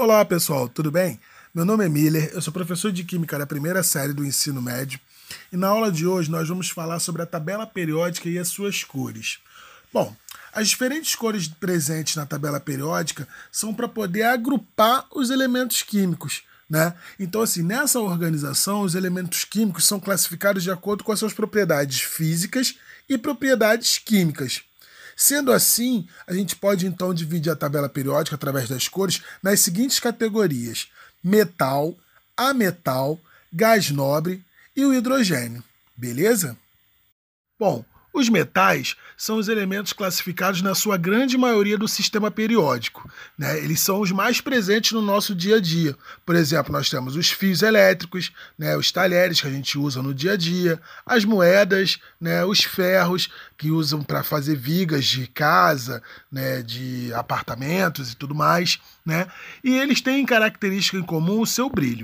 Olá pessoal, tudo bem? Meu nome é Miller, eu sou professor de Química da primeira série do ensino médio e na aula de hoje nós vamos falar sobre a tabela periódica e as suas cores. Bom, as diferentes cores presentes na tabela periódica são para poder agrupar os elementos químicos, né? Então, assim, nessa organização, os elementos químicos são classificados de acordo com as suas propriedades físicas e propriedades químicas. Sendo assim, a gente pode então dividir a tabela periódica através das cores nas seguintes categorias: metal, ametal, gás nobre e o hidrogênio. Beleza? Bom, os metais são os elementos classificados na sua grande maioria do sistema periódico, né? Eles são os mais presentes no nosso dia a dia. Por exemplo, nós temos os fios elétricos, né? Os talheres que a gente usa no dia a dia, as moedas, né? Os ferros que usam para fazer vigas de casa, né? De apartamentos e tudo mais, né? E eles têm característica em comum o seu brilho.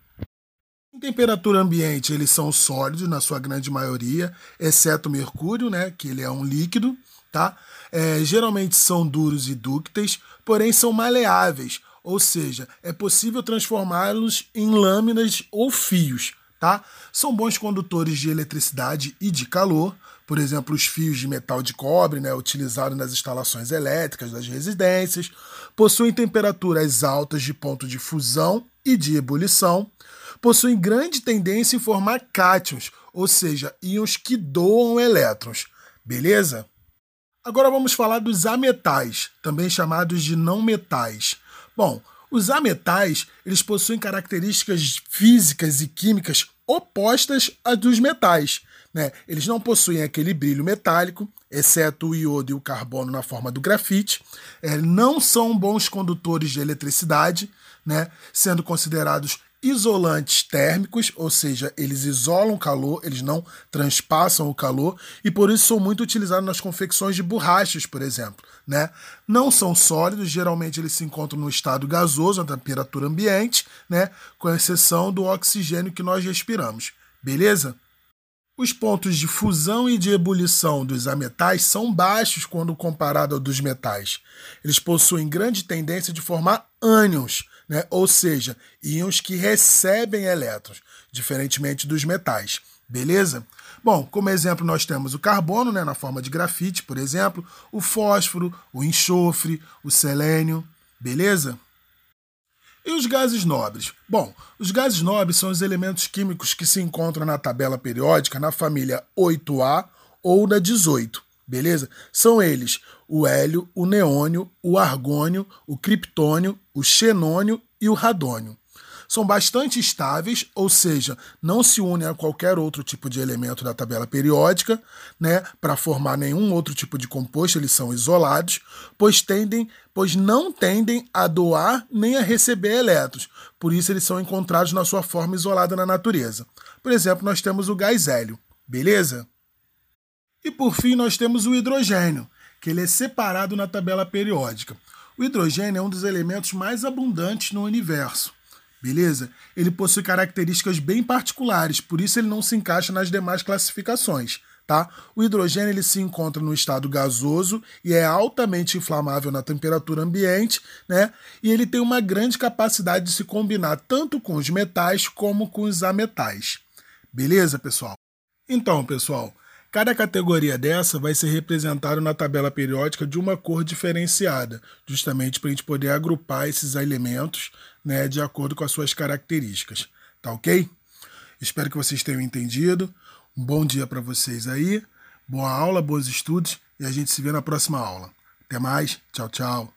Em temperatura ambiente, eles são sólidos, na sua grande maioria, exceto o mercúrio, né, que ele é um líquido, tá? Geralmente são duros e dúcteis, porém são maleáveis, ou seja, é possível transformá-los em lâminas ou fios, tá? São bons condutores de eletricidade e de calor, por exemplo, os fios de metal de cobre, né, utilizados nas instalações elétricas das residências, possuem temperaturas altas de ponto de fusão e de ebulição, possuem grande tendência em formar cátions, ou seja, íons que doam elétrons. Beleza? Agora vamos falar dos ametais, também chamados de não metais. Bom, os ametais, eles possuem características físicas e químicas opostas às dos metais, né? Eles não possuem aquele brilho metálico, exceto o iodo e o carbono na forma do grafite. Não são bons condutores de eletricidade, né? Sendo considerados isolantes térmicos, ou seja, eles isolam o calor, eles não transpassam o calor e por isso são muito utilizados nas confecções de borrachas, por exemplo, né? Não são sólidos, geralmente eles se encontram no estado gasoso, na temperatura ambiente, né? Com exceção do oxigênio que nós respiramos, beleza? Os pontos de fusão e de ebulição dos ametais são baixos quando comparado ao dos metais. Eles possuem grande tendência de formar ânions, né? Ou seja, íons que recebem elétrons, diferentemente dos metais. Beleza? Bom, como exemplo nós temos o carbono, né, na forma de grafite, por exemplo, o fósforo, o enxofre, o selênio. Beleza? E os gases nobres? Bom, os gases nobres são os elementos químicos que se encontram na tabela periódica na família 8A ou da 18, beleza? São eles o hélio, o neônio, o argônio, o criptônio, o xenônio e o radônio. São bastante estáveis, ou seja, não se unem a qualquer outro tipo de elemento da tabela periódica, né, para formar nenhum outro tipo de composto, eles são isolados, pois não tendem a doar nem a receber elétrons, por isso eles são encontrados na sua forma isolada na natureza. Por exemplo, nós temos o gás hélio, beleza? E por fim nós temos o hidrogênio, que ele é separado na tabela periódica. O hidrogênio é um dos elementos mais abundantes no universo. Beleza? Ele possui características bem particulares, por isso ele não se encaixa nas demais classificações, tá? O hidrogênio ele se encontra no estado gasoso e é altamente inflamável na temperatura ambiente, né? E ele tem uma grande capacidade de se combinar tanto com os metais como com os ametais. Beleza, pessoal? Então, pessoal, cada categoria dessa vai ser representada na tabela periódica de uma cor diferenciada, justamente para a gente poder agrupar esses elementos, né, de acordo com as suas características. Tá ok? Espero que vocês tenham entendido. Um bom dia para vocês aí. Boa aula, bons estudos e a gente se vê na próxima aula. Até mais. Tchau, tchau.